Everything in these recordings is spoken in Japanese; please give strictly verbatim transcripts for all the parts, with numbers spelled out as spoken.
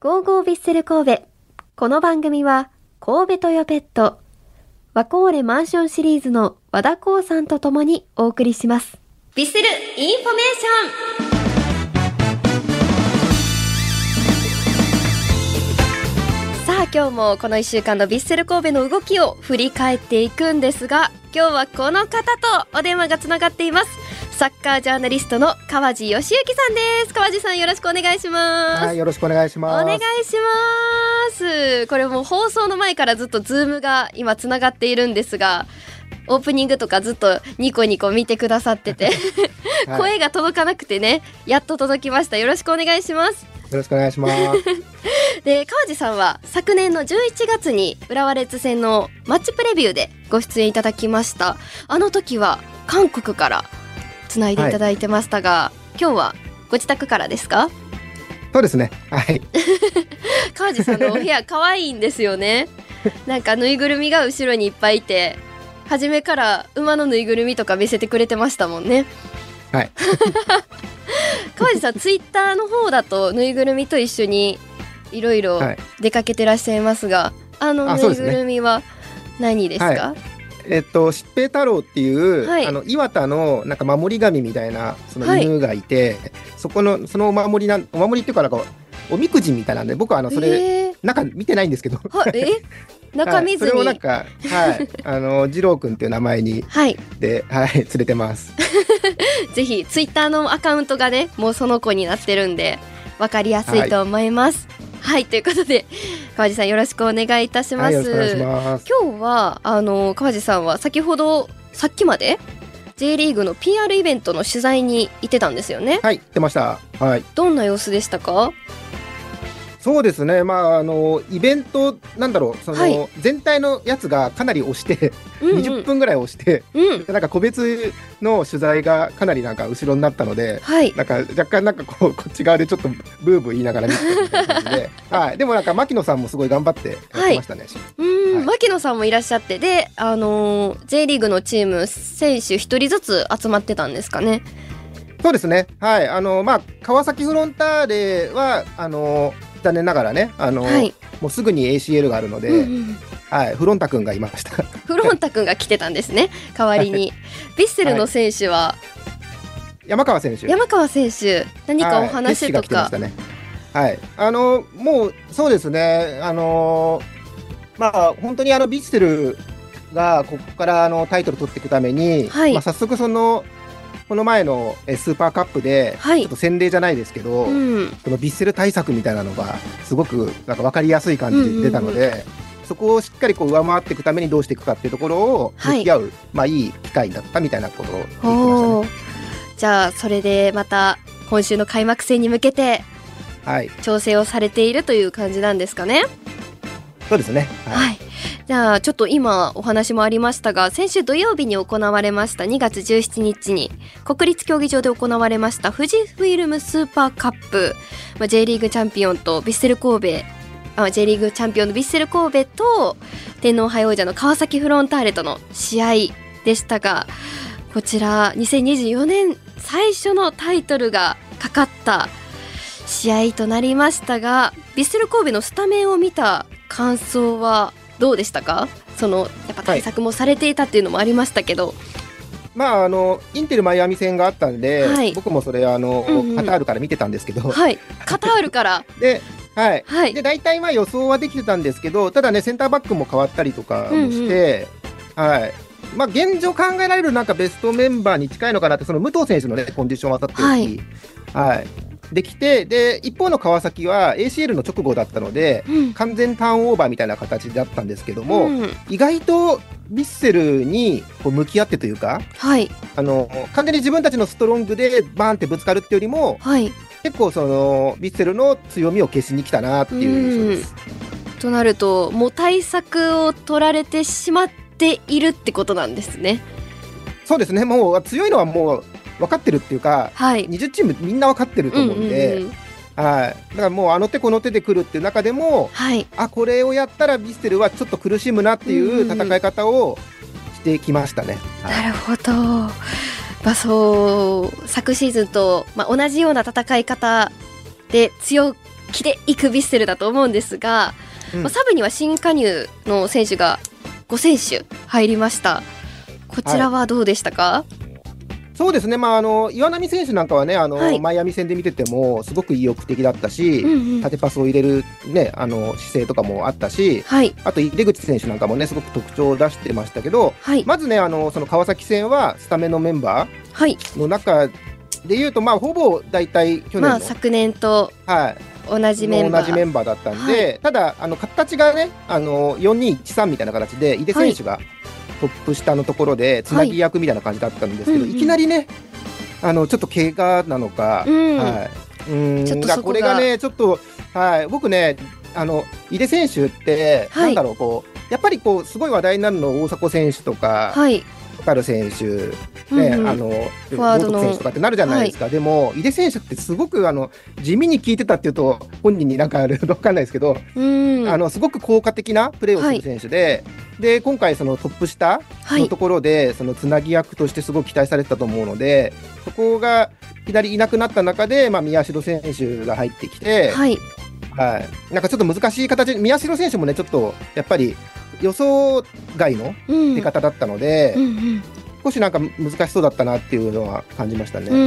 ゴーゴービッセル神戸。この番組は神戸トヨペット、ワコーレマンションシリーズの和田光さんと共にお送りします。ビッセルインフォメーション。さあ今日もこのいっしゅうかんのビッセル神戸の動きを振り返っていくんですが、今日はこの方とお電話がつながっています。サッカージャーナリストの川地義行さんです。川地さん、よろしくお願いします。 はい、よろしくお願いします。 お願いします。これもう放送の前からずっとズームが今つながっているんですが、オープニングとかずっとニコニコ見てくださってて、はい、声が届かなくてね、やっと届きました。よろしくお願いします。 よろしくお願いしますで、川地さんは昨年のじゅういちがつに浦和レッズ戦のマッチプレビューでご出演いただきました。あの時は韓国からつないでいただいてましたが、はい、今日はご自宅からですか？ そうですね、はい。 川地さんのお部屋可愛いんですよね。なんかぬいぐるみが後ろにいっぱいいて、初めから馬のぬいぐるみとか見せてくれてましたもんね。 はい。 川地さんツイッターの方だとぬいぐるみと一緒にいろいろ出かけてらっしゃいますが、はい、あのぬいぐるみは何ですか？はい、 えっと、疾病太郎っていう、 はい、 あの岩田のなんか守り神みたいなその犬がいて、はい、そこのそのお守りなお守りっていうかなんかおみくじみたいなんで、僕はあのそれ、えー、中見てないんですけど、 はえ中見ずに、 はい、それをなんか、はい、あの次郎くんっていう名前に、はい、で、はい、連れてます。 ぜひツイッターのアカウントがね、もうその子になってるんで分かりやすいと思います。はい、はい、ということで川地さん、よろしくお願いいたします。はい、よろしくお願いします。今日はあの川地さんは先ほどさっきまで J リーグの ピーアール イベントの取材に行ってたんですよね。 はい、行ってました。はい、どんな様子でしたか？ そうですね、まあ、あのイベントなんだろう、その、はい、全体のやつがかなり押してうん、うん、にじゅっぷんぐらい押して、うん、なんか個別の取材がかなりなんか後ろになったので、はい、なんか若干なんかこうこっち側でちょっとブーブー言いながら見てたみたいな感じで、はい、でもなんか牧野さんもすごい頑張ってやってましたね。はい、 うん、はい、牧野さんもいらっしゃって、で、あのー、J リーグのチーム選手ひとりずつ集まってたんですかね。 そうですね、はい、あのまあ、川崎フロンターレはあの残念ながらね、あの、はい、もうすぐに エーシーエル があるので、うんうん、はい、フロンタ君がいました。 フロンタ君が来てたんですね、代わりに。はい、ヴィッセルの選手は、はい、 山川選手山川選手何かお話とか、 はい、ね、はい、あのもうそうですね、あのまあ本当にあのヴィッセルがここからあのタイトル取っていくために、はい、まあ、早速そのこの前のスーパーカップでちょっと洗礼じゃないですけど、はい、うん、このヴィッセル対策みたいなのがすごくなんか分かりやすい感じで出たので、うんうんうん、そこをしっかりこう上回っていくためにどうしていくかっていうところを向き合う、はい、まあ、いい機会だったみたいなことを言ってましたね。 じゃあそれでまた今週の開幕戦に向けて調整をされているという感じなんですかね。はい、 そうですね、はい、 はい、じゃあちょっと今お話もありましたが、先週土曜日に行われましたにがつじゅうしちにちに国立競技場で行われました富士フイルムスーパーカップ、まあ、J リーグチャンピオンとヴィッセル神戸あ J リーグチャンピオンのヴィッセル神戸と天皇杯王者の川崎フロンターレとの試合でしたが、こちらにせんにじゅうよねん最初のタイトルがかかった試合となりましたが、ヴィッセル神戸のスタメンを見た感想はどうでしたか？そのやっぱ対策もされていたっていうのもありましたけど、はい、 まあ、あのインテルマイアミ戦があったんで、はい、僕もそれあの、うんうん、カタールから見てたんですけど、 はい、カタールからで、はいはい、で大体まあ予想はできてたんですけど、ただねセンターバックも変わったりとかもして、うんうん、はい、まあ、現状考えられるなんかベストメンバーに近いのかなって、その武藤選手の、ね、コンディション当たってるし、はいはい、できて、で一方の川崎は エーシーエル の直後だったので、うん、完全ターンオーバーみたいな形だったんですけども、うん、意外とヴィッセルにこう向き合ってというか、はい、あの完全に自分たちのストロングでバーンってぶつかるっていうよりも、はい、結構そのヴィッセルの強みを消しに来たなっていう印象です。 うん、となるともう対策を取られてしまっているってことなんですね。 そうですね、もう強いのはもう分かってるっていうか、はい、にじゅうチームみんな分かってると思うんで、うんうんうん、はい、だからもうあの手この手で来るっていう中でも、はい、あこれをやったらヴィッセルはちょっと苦しむなっていう戦い方をしてきましたね。 うんうん、はい、なるほど、まあ、そう昨シーズンと、まあ、同じような戦い方で強気でいくヴィッセルだと思うんですが、うん、まあ、サブには新加入の選手がご選手入りました。こちらはどうでしたか？はい、 そうですね、まあ、あの岩波選手なんかはね、あの、はい、マイアミ戦で見ててもすごく意欲的だったし、うんうん、縦パスを入れる、ね、あの姿勢とかもあったし、はい、あと出口選手なんかもねすごく特徴を出してましたけど、はい、まずねあのその川崎戦はスタメンのメンバーの中でいうと、まあ、ほぼ大体去年の、 まあ、昨年と同じメンバー、 同じメンバーだったんで、はい、ただあの形がねあのよんにいちさんみたいな形で井出選手が、はい、トップ下のところでつなぎ役みたいな感じだったんですけど、はい、いきなりねあのちょっと怪我なのか、うん、はい、うんちょっとそこがこれがねちょっと、はい、僕ねあの井出選手って、はい、なんだろうこうやっぱりこうすごい話題になるの大迫選手とか、はい、カカル選手、ね、うんうん、あのフォワードの選手とかってなるじゃないですか、はい、でも井出選手ってすごくあの地味に効いてたっていうと本人になんかある分かんないですけど、うん、あのすごく効果的なプレーをする選手で、はい、で今回そのトップ下のところで、はい、そのつなぎ役としてすごく期待されてたと思うので、そこが左いなくなった中で、まあ、宮代選手が入ってきて、はいはい、なんかちょっと難しい形で宮代選手もねちょっとやっぱり予想外の出方だったので、うんうんうん、少しなんか難しそうだったなっていうのは感じましたね。うん、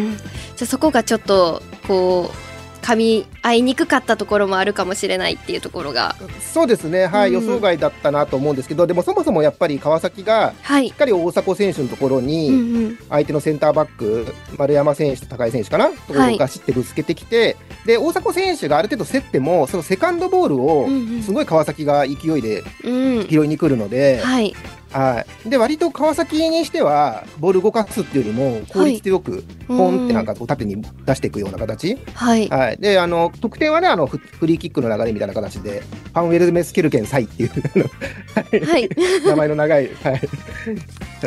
はい、じゃあそこがちょっとこう噛み合いにくかったところもあるかもしれないっていうところが。 そうですね、はい、うん、予想外だったなと思うんですけど、でもそもそもやっぱり川崎がしっかり大迫選手のところに相手のセンターバック丸山選手と高井選手かなところをガシってぶつけてきて、はい、で大迫選手がある程度競ってもそのセカンドボールをすごい川崎が勢いで拾いに来るので、うんうん、はい、はい、で割と川崎にしてはボール動かすっていうよりも効率よくポンってなんかこう縦に出していくような形、はいはい、であの得点はねあのフリーキックの流れみたいな形でパンウェルメスケルケンサイっていう、はい、名前の長い、はい、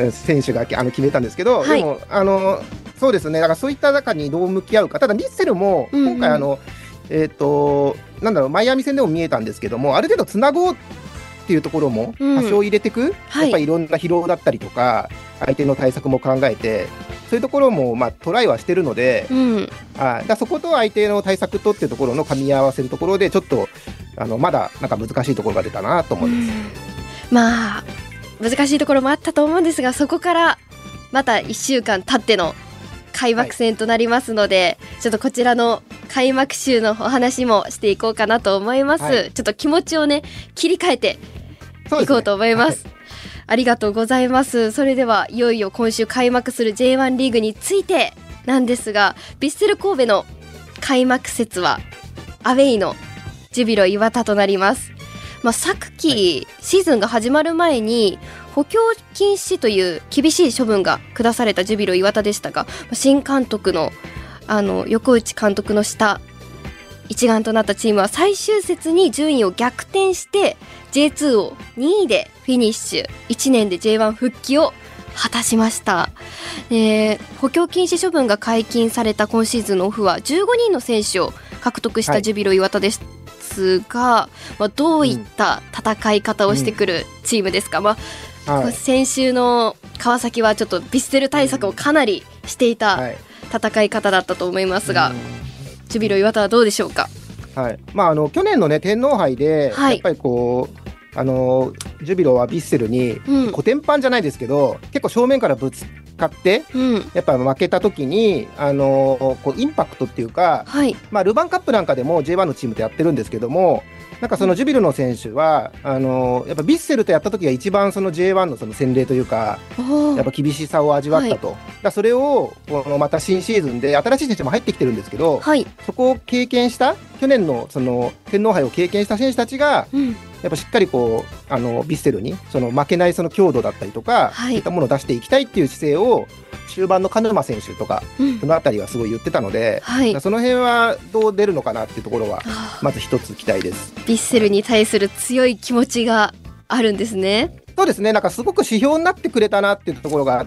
選手があの決めたんですけど、はい、でもあのそうですね、だからそういった中にどう向き合うか。ただヴィッセルも今回あの、うんうん、えっ、ー、となんだろうマイアミ戦でも見えたんですけども、ある程度つなごうっていうところも多少入れていく、うん、はい、やっぱりいろんな疲労だったりとか相手の対策も考えてそういうところもまあトライはしてるので、うん、あだそこと相手の対策とっていうところの噛み合わせるところでちょっとあのまだなんか難しいところが出たなと思います、 うん、まあ難しいところもあったと思うんですが、そこからまたいっしゅうかん経っての開幕戦となりますので、はい、ちょっとこちらの開幕週のお話もしていこうかなと思います、はい、ちょっと気持ちをね切り替えていこうと思います。はい、ありがとうございます。それではいよいよ今週開幕する ジェイワン リーグについてなんですが、ヴィッセル神戸の開幕節はアウェイのジュビロ磐田となります。まあ、昨季、はい、シーズンが始まる前に補強禁止という厳しい処分が下されたジュビロ磐田でしたが、新監督のあの横内監督の下一丸となったチームは最終節に順位を逆転して ジェイツー をにいでフィニッシュ、いちねんで ジェイワン 復帰を果たしました。えー、補強禁止処分が解禁された今シーズンのオフはじゅうごにんの選手を獲得したジュビロ磐田ですが、はい、まあ、どういった戦い方をしてくるチームですか。うん、まあはい、先週の川崎はちょっとヴィッセル対策をかなりしていた戦い方だったと思いますが、うん、ジュビロ磐田はどうでしょうか。 はい、まあ、あの去年の、ね、天皇杯で、はい、やっぱりこうあのジュビロはヴィッセルに、うん、コテンパンじゃないですけど結構正面からぶつかって、うん、やっぱ負けた時にあのこうインパクトっていうか、はい、まあ、ルヴァンカップなんかでも ジェイワン のチームとやってるんですけども、なんかそのジュビロの選手は、うん、あのやっぱヴィッセルとやった時が一番その ジェイワン のその洗礼というかやっぱ厳しさを味わったと、はい、だそれをこのまた新シーズンで新しい選手も入ってきてるんですけど、はい、そこを経験した去年のその天皇杯を経験した選手たちが、うん、やっぱしっかりこうあのヴィッセルにその負けないその強度だったりとか、はい、そういったものを出していきたいっていう姿勢を終盤の鹿沼選手とか、うん、そのあたりはすごい言ってたので、はい、その辺はどう出るのかなっていうところはまず一つ期待です。 ヴィッセルに対する強い気持ちがあるんですね。 そうですね、なんかすごく指標になってくれたなっていうところがあって、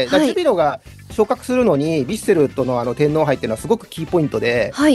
はい、ジュビロが昇格するのにヴィッセルとのあの天皇杯っていうのはすごくキーポイントで、はい、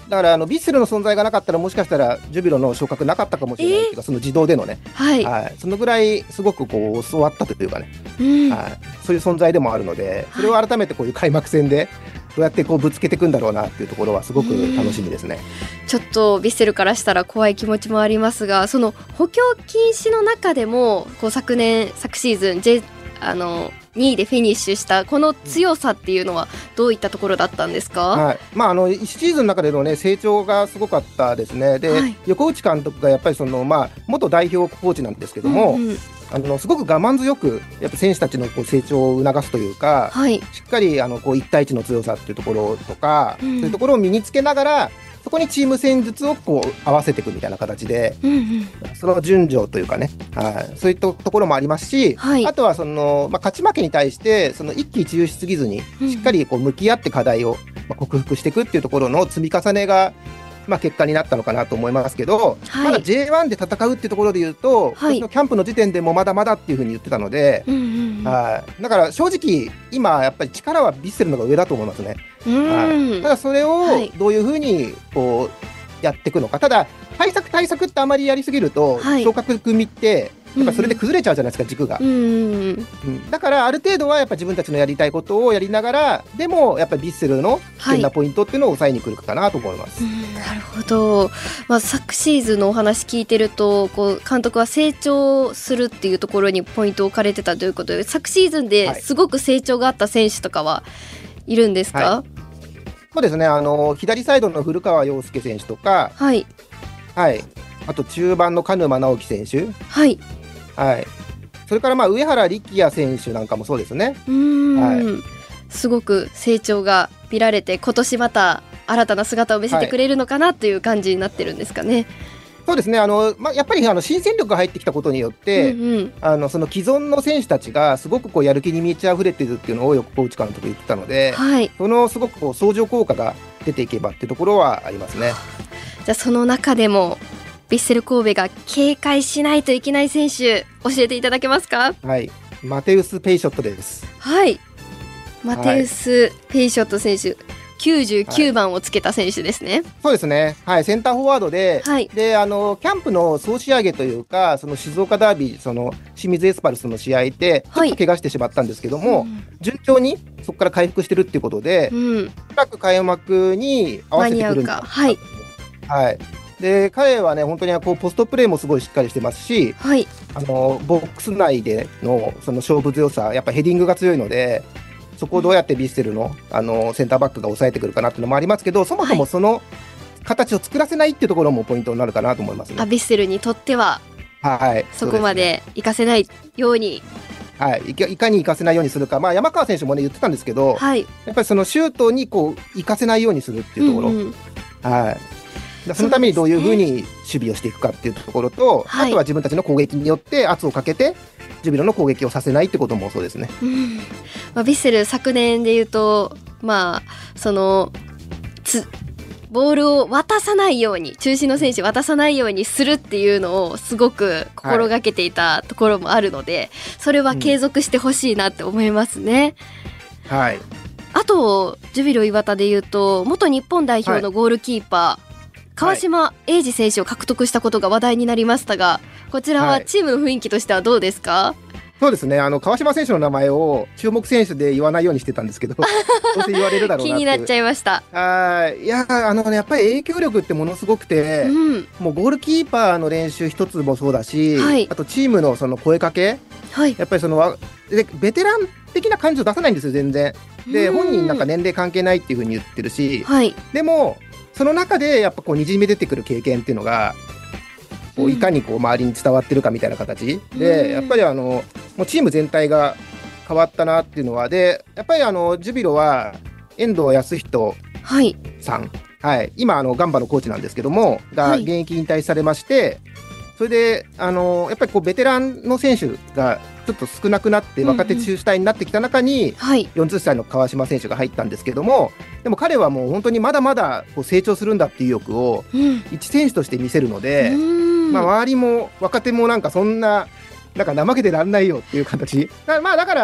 だからあのヴィッセルの存在がなかったらもしかしたらジュビロの昇格なかったかもしれないっていうか、その自動でのね、 はいはい、そのぐらいすごくこう教わったというかね、 うんはい、そういう存在でもあるので、それを改めてこういう開幕戦でどうやってこうぶつけていくんだろうなっていうところはすごく楽しみですね。 ちょっとヴィッセルからしたら怖い気持ちもありますが、その補強禁止の中でもこう昨年昨シーズン、J、あのにいでフィニッシュしたこの強さっていうのはどういったところだったんですか？ はい、まあ、あのいちシーズンの中での、ね、成長がすごかったですね。で、はい、横内監督がやっぱりその、まあ、元代表コーチなんですけども、うんうん、あのすごく我慢強くやっぱ選手たちのこう成長を促すというか、はい、しっかりあのこういち対いちの強さっていうところとか、うん、そういうところを身につけながらそこにチーム戦術をこう合わせていくみたいな形で、うんうん、その順序というかね、はい、そういったところもありますし、はい、あとはその、まあ、勝ち負けに対してその一喜一憂しすぎずにしっかりこう向き合って課題を克服していくっていうところの積み重ねが、まあ、結果になったのかなと思いますけど、はい、まだ ジェイワン で戦うっていうところでいうと、はい、今年のキャンプの時点でもまだまだっていうふうに言ってたので、うんうんうん、はい、だから正直今やっぱり力はヴィッセルの方が上だと思いますね。はい、ただそれをどういうふうにこうやっていくのか、ただ対策対策ってあまりやりすぎると、はい、昇格組ってやっぱそれで崩れちゃうじゃないですか、軸が、うんうんうん、だからある程度はやっぱ自分たちのやりたいことをやりながら、でもやっぱりヴィッセルの危険なポイントっていうのを抑えに来るかなと思います。 はい、うん、なるほど、まあ、昨シーズンのお話聞いてるとこう監督は成長するっていうところにポイントを置かれてたということで、昨シーズンですごく成長があった選手とかはいるんですか？はい、 そうですね、あの左サイドの古川陽介選手とか、はい、はい、あと中盤の鹿沼直樹選手、はいはい、それからまあ上原力也選手なんかもそうですね。うーん、 はい、すごく成長が見られて今年また新たな姿を見せてくれるのかなという感じになってるんですかね。はい、 そうですね、あの、まあ、やっぱりあの新戦力が入ってきたことによって、うんうん、あのその既存の選手たちがすごくこうやる気に満ち溢れているっていうのを横内監督言ってたので、はい、そのすごくこう相乗効果が出ていけばっていうところはありますね。 じゃあその中でもヴィッセル神戸が警戒しないといけない選手教えていただけますか？ はい、マテウス・ペイショットです。 はい、マテウス・ペイショット選手、はい、きゅうじゅうきゅうばんをつけた選手ですね。はい、 そうですね、はい、センターフォワードで、はい、であのキャンプの総仕上げというか、その静岡ダービー、その清水エスパルスの試合でちょっと怪我してしまったんですけども、はい、順調にそこから回復してるっていうことで、うん、深く開幕に合わせてくるんだ、はい、はい、で彼はね本当にこうポストプレーもすごいしっかりしてますし、はい、あのボックス内でのその勝負強さ、やっぱヘディングが強いので、そこをどうやってヴィッセル の, あのセンターバックが抑えてくるかなっていうのもありますけど、そもそもその形を作らせないっていうところもポイントになるかなと思いますね。 あ、ヴィッセルにとっては、はい、そこまで活かせないように、 はい、いか、いかに活かせないようにするか、まあ、山川選手も、ね、言ってたんですけど、はい、やっぱりそのシュートにこう活かせないようにするっていうところ、うんうん、はい、そのためにどういうふうに守備をしていくかっていうところと、はい、あとは自分たちの攻撃によって圧をかけてジュビロの攻撃をさせないってこともそうですね。うん、 まあ、ヴィッセル昨年でいうと、まあ、そのつボールを渡さないように、中心の選手渡さないようにするっていうのをすごく心がけていたところもあるので、はい、それは継続してほしいなって思いますね。うん、はい、あとジュビロ磐田でいうと元日本代表のゴールキーパー、はい、川島永嗣選手を獲得したことが話題になりましたが、こちらはチームの雰囲気としてはどうですか？はい、 そうですね、あの川島選手の名前を注目選手で言わないようにしてたんですけどどうせ言われるだろうなって気になっちゃいました。 あ、いや、あの、ね、やっぱり影響力ってものすごくて、うん、もうゴールキーパーの練習一つもそうだし、はい、あとチームのその声かけ、はい、やっぱりそのでベテラン的な感じを出さないんですよ、全然で、本人なんか年齢関係ないっていう風に言ってるし、はい、でもその中でやっぱこうにじみ出てくる経験っていうのがこういかにこう周りに伝わってるかみたいな形で、やっぱりあのもうチーム全体が変わったなっていうのは、でやっぱりあのジュビロは遠藤康人さん、はいはい、今あのガンバのコーチなんですけどもが現役引退されまして、はい、それであのやっぱりこうベテランの選手がちょっと少なくなって若手中主体になってきた中に、うんうん、はい、よんじゅっさいの川島選手が入ったんですけども、でも彼はもう本当にまだまだこう成長するんだっていう意欲を一選手として見せるので、うん、まあ、周りも若手もなんかそんななんか怠けてらんないよっていう形だ、まあ、だから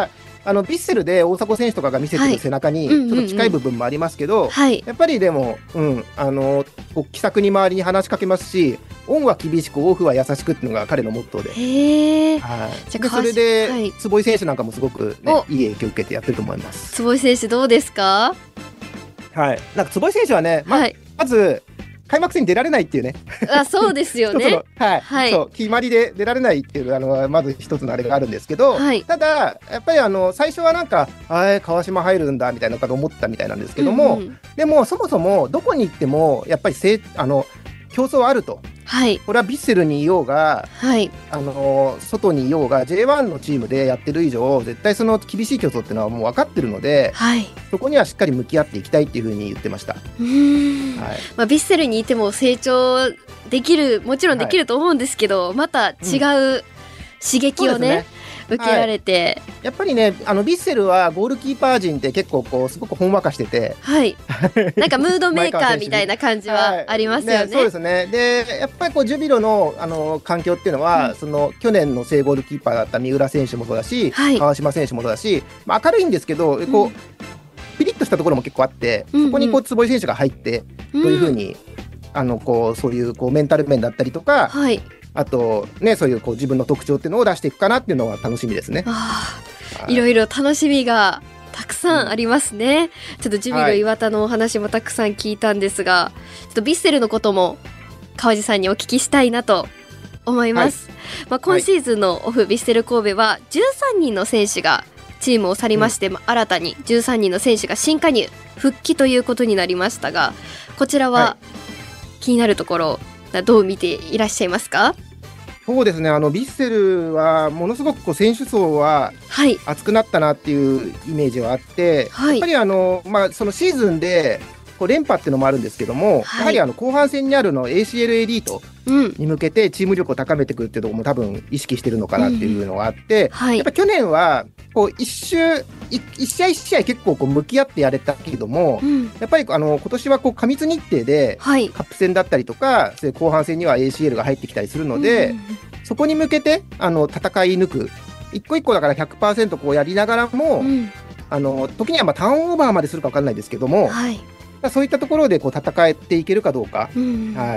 あのヴィッセルで大迫選手とかが見せてる背中にちょっと近い部分もありますけど、 はい、 やっぱりでも、うん、あの気さくに周りに話しかけますし、オンは厳しくオフは優しくっていうのが彼のモットーで、 へー、 はい、 じゃあそれで、 はい、 坪井選手なんかもすごく、ね、いい影響を受けてやってると思います。 坪井選手どうですか？ はい、なんか坪井選手はね、ま、はい、まず開幕戦に出られないっていうねあ、そうですよねはい、はい、そう決まりで出られないっていうあのまず一つのあれがあるんですけど、はい、ただやっぱりあの最初はなんかあ川島入るんだみたいなこと思ったみたいなんですけども、うんうん、でもそもそもどこに行ってもやっぱりせあの競争はあると、はい、これはヴィッセルにいようが、はい、あの外にいようが ジェイワン のチームでやってる以上絶対その厳しい競争っていうのはもう分かってるので、はい、そこにはしっかり向き合っていきたいっていうふうに言ってました。 うーん、はい、まあ、ヴィッセルにいても成長できる、もちろんできると思うんですけど、はい、また違う刺激をね、うん、受けられて、 はい、やっぱりねあのヴィッセルはゴールキーパー陣って結構こうすごくほんわかしてて、はい、 なんかムードメーカーみたいな感じはありますよね。はい、ね、 そうですね。でやっぱりこうジュビロの、あの環境っていうのは、うん、その去年の正ゴールキーパーだった三浦選手もそうだし、はい、川島選手もそうだし、まあ、明るいんですけど、うん、こうピリッとしたところも結構あって、うんうん、そこにこう坪井選手が入ってどういうふうに、うん、あのこうそういうこうメンタル面だったりとか、はい、あとねそういうこう自分の特徴っていうのを出していくかなっていうのは楽しみですね。 あ、はい、いろいろ楽しみがたくさんありますね。うん、ちょっとジュビロ磐田のお話もたくさん聞いたんですが、はい、ちょっとヴィッセルのことも川地さんにお聞きしたいなと思います。はい、まあ、今シーズンのオフ、はい、ヴィッセル神戸はじゅうさんにんの選手がチームを去りまして、うん、新たにじゅうさんにんの選手が新加入復帰ということになりましたが、こちらは気になるところ、はい、どう見ていらっしゃいますか？ そうですね、あのヴィッセルはものすごくこう選手層は厚くなったなっていうイメージはあって、はい、やっぱりあの、まあ、そのシーズンでこう連覇っていうのもあるんですけども、はい、やはりあの後半戦にあるの エーシーエル エリートに向けてチーム力を高めていくっていうところも多分意識してるのかなっていうのがあって、うん、はい、やっぱ去年はこう一周一試合一試合結構こう向き合ってやれたけども、うん、やっぱりあの今年はこう過密日程でカップ戦だったりとか、はい、後半戦には エーシーエル が入ってきたりするので、うん、そこに向けてあの戦い抜く一個一個だから ひゃくパーセント こうやりながらも、うん、あの時にはまあターンオーバーまでするか分かんないですけども、はい、そういったところでこう戦っていけるかどうか、うん、はい、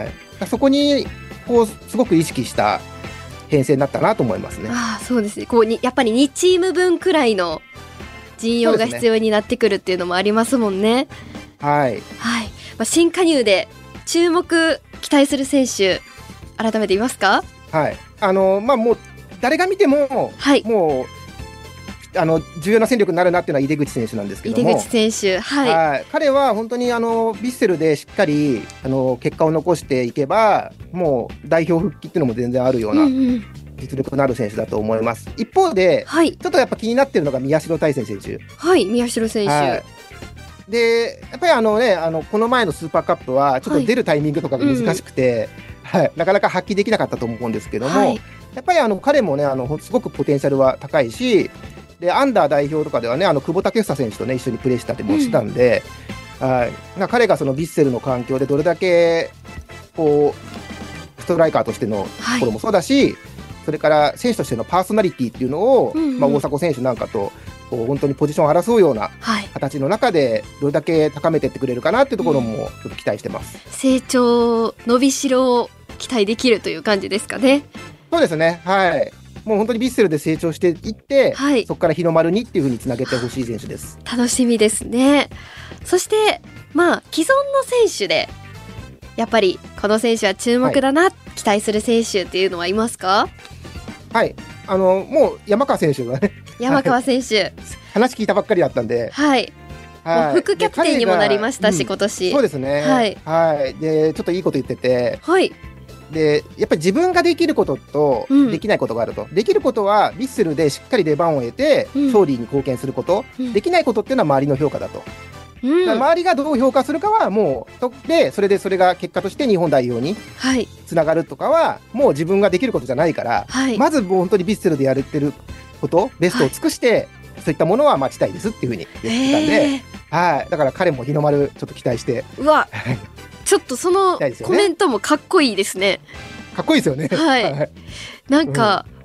そこにこうすごく意識した編成になったなと思いますね。 ああ、そうですね。こうにやっぱりにチーム分くらいの陣容が必要になってくるっていうのもありますもんね。 はい、 はい、まあ、新加入で注目期待する選手改めて言いますか？ はい、あのまあもう誰が見ても、はい、もうあの重要な戦力になるなっていうのは井出口選手なんですけども、 井出口選手、はいはい、彼は本当にあのヴィッセルでしっかりあの結果を残していけばもう代表復帰っていうのも全然あるような実力のある選手だと思います。うんうん、一方で、はい、ちょっとやっぱ気になってるのが宮代大成選手。 はい、宮代選手、はい、 でやっぱりあのねあのこの前のスーパーカップはちょっと出るタイミングとかが難しくて、はい、うんはい、なかなか発揮できなかったと思うんですけども、はい、やっぱりあの彼もねあのすごくポテンシャルは高いし、でアンダー代表とかではねあの久保建英選手とね一緒にプレーしたりもしたんで、うん、はい、な彼がそのヴィッセルの環境でどれだけこうストライカーとしてのところもそうだし、はい、それから選手としてのパーソナリティっていうのを、うんうん、まあ、大迫選手なんかとこう本当にポジションを争うような形の中でどれだけ高めていってくれるかなっていうところもちょっと期待してます。 うん、成長伸びしろを期待できるという感じですかね。 そうですね、はい、もう本当にヴィッセルで成長していって、はい、そこから日の丸にっていう風につなげてほしい選手です。 楽しみですね。そしてまあ既存の選手でやっぱりこの選手は注目だな、はい、期待する選手っていうのはいますか？ はい、あのもう山川選手がね山川選手話聞いたばっかりだったんで、 はい、はい、副キャプテンにもなりましたし、うん、今年そうですね、はい、はい、でちょっといいこと言ってて、はい、でやっぱり自分ができることとできないことがあると、うん、できることはヴィッセルでしっかり出番を得て勝利に貢献すること、うん、できないことっていうのは周りの評価だと、うん、だ周りがどう評価するかはもうでそれでそれが結果として日本代表につながるとかはもう自分ができることじゃないから、はい、まずもう本当にヴィッセルでやれてることベストを尽くして、はい、そういったものは待ちたいですっていうふうに言ってたんで、はい、だから彼も日の丸ちょっと期待して。 うわちょっとそのコメントもかっこいいですね。 かっこいいですよね。 はい。なんか、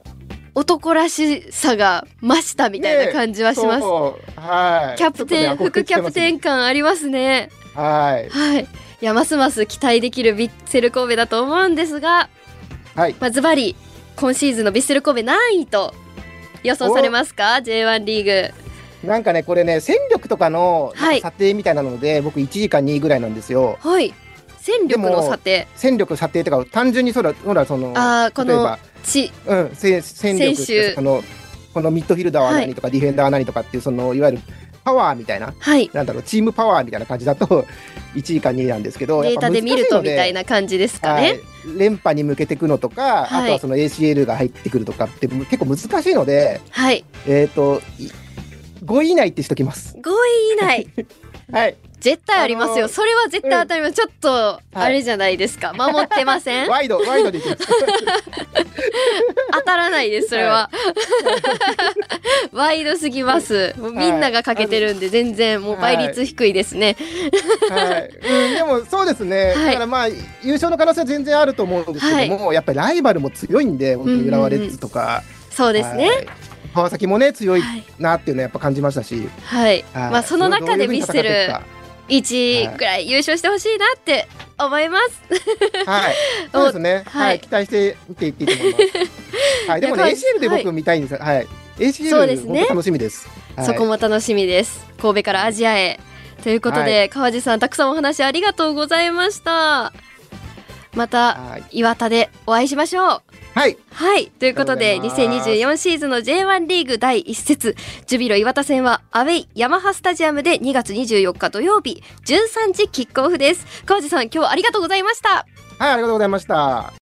男らしさが増したみたいな感じはします、 ね、はい、 キャプテン、ね、副キャプテン感ありますね。 はい、 はい、いやますます期待できるヴィッセル神戸だと思うんですが、はい、まあ、ズバリ今シーズンのヴィッセル神戸何位と予想されますか？ ジェイワン リーグ。なんかねこれね戦力とかの査定みたいなので、はい、僕いちいかにいぐらいなんですよ。 はい、戦力の査定、 戦力査定とか単純にそらほらそのあこの例えばち、うん、戦力ってこのこのミッドフィルダーは何とか、はい、ディフェンダーは何とかっていうそのいわゆるパワーみたいな、はい、なんだろうチームパワーみたいな感じだといちいかにいなんですけど、 データで見るとみたいな感じですかね、はい、 連覇に向けていくのとか、はい、あとはその エーシーエル が入ってくるとかって結構難しいので、はい、えっとごい以内ってしときます。 ごい以内はい絶対ありますよ、あのー、それは絶対当たります、うん、ちょっとあれじゃないですか、はい、守ってませんワイドワイドでいきます当たらないですそれは、はい、ワイドすぎます。もうみんながかけてるんで全然もう倍率低いですね、 はいはい、うん、でもそうですね、はい、だからまあ優勝の可能性は全然あると思うんですけども、はい、やっぱりライバルも強いんで本当に浦和レッズとか、うんうん、 そうですね、はい、 川崎もね強いなっていうのはやっぱ感じましたし、 はい、はい、まあ、その中でヴィッセルいちいぐらい優勝してほしいなって思います。 はい、そうですね。はい、はい、期待して見ていっていいと思います。はい、でもね エーシーエル で僕見たいんです。はい、はい、エーシーエル ですね、楽しみです。はい、 そこも楽しみです。神戸からアジアへということで、はい、川地さんたくさんお話ありがとうございました。また岩田でお会いしましょう。 はい、 はい、ということでにせんにじゅうよんシーズンの ジェイワン リーグだいいっ節ジュビロ磐田戦はアウェイヤマハスタジアムでにがつにじゅうよっか土曜日じゅうさんじキックオフです。川地さん今日はありがとうございました。 はい、ありがとうございました。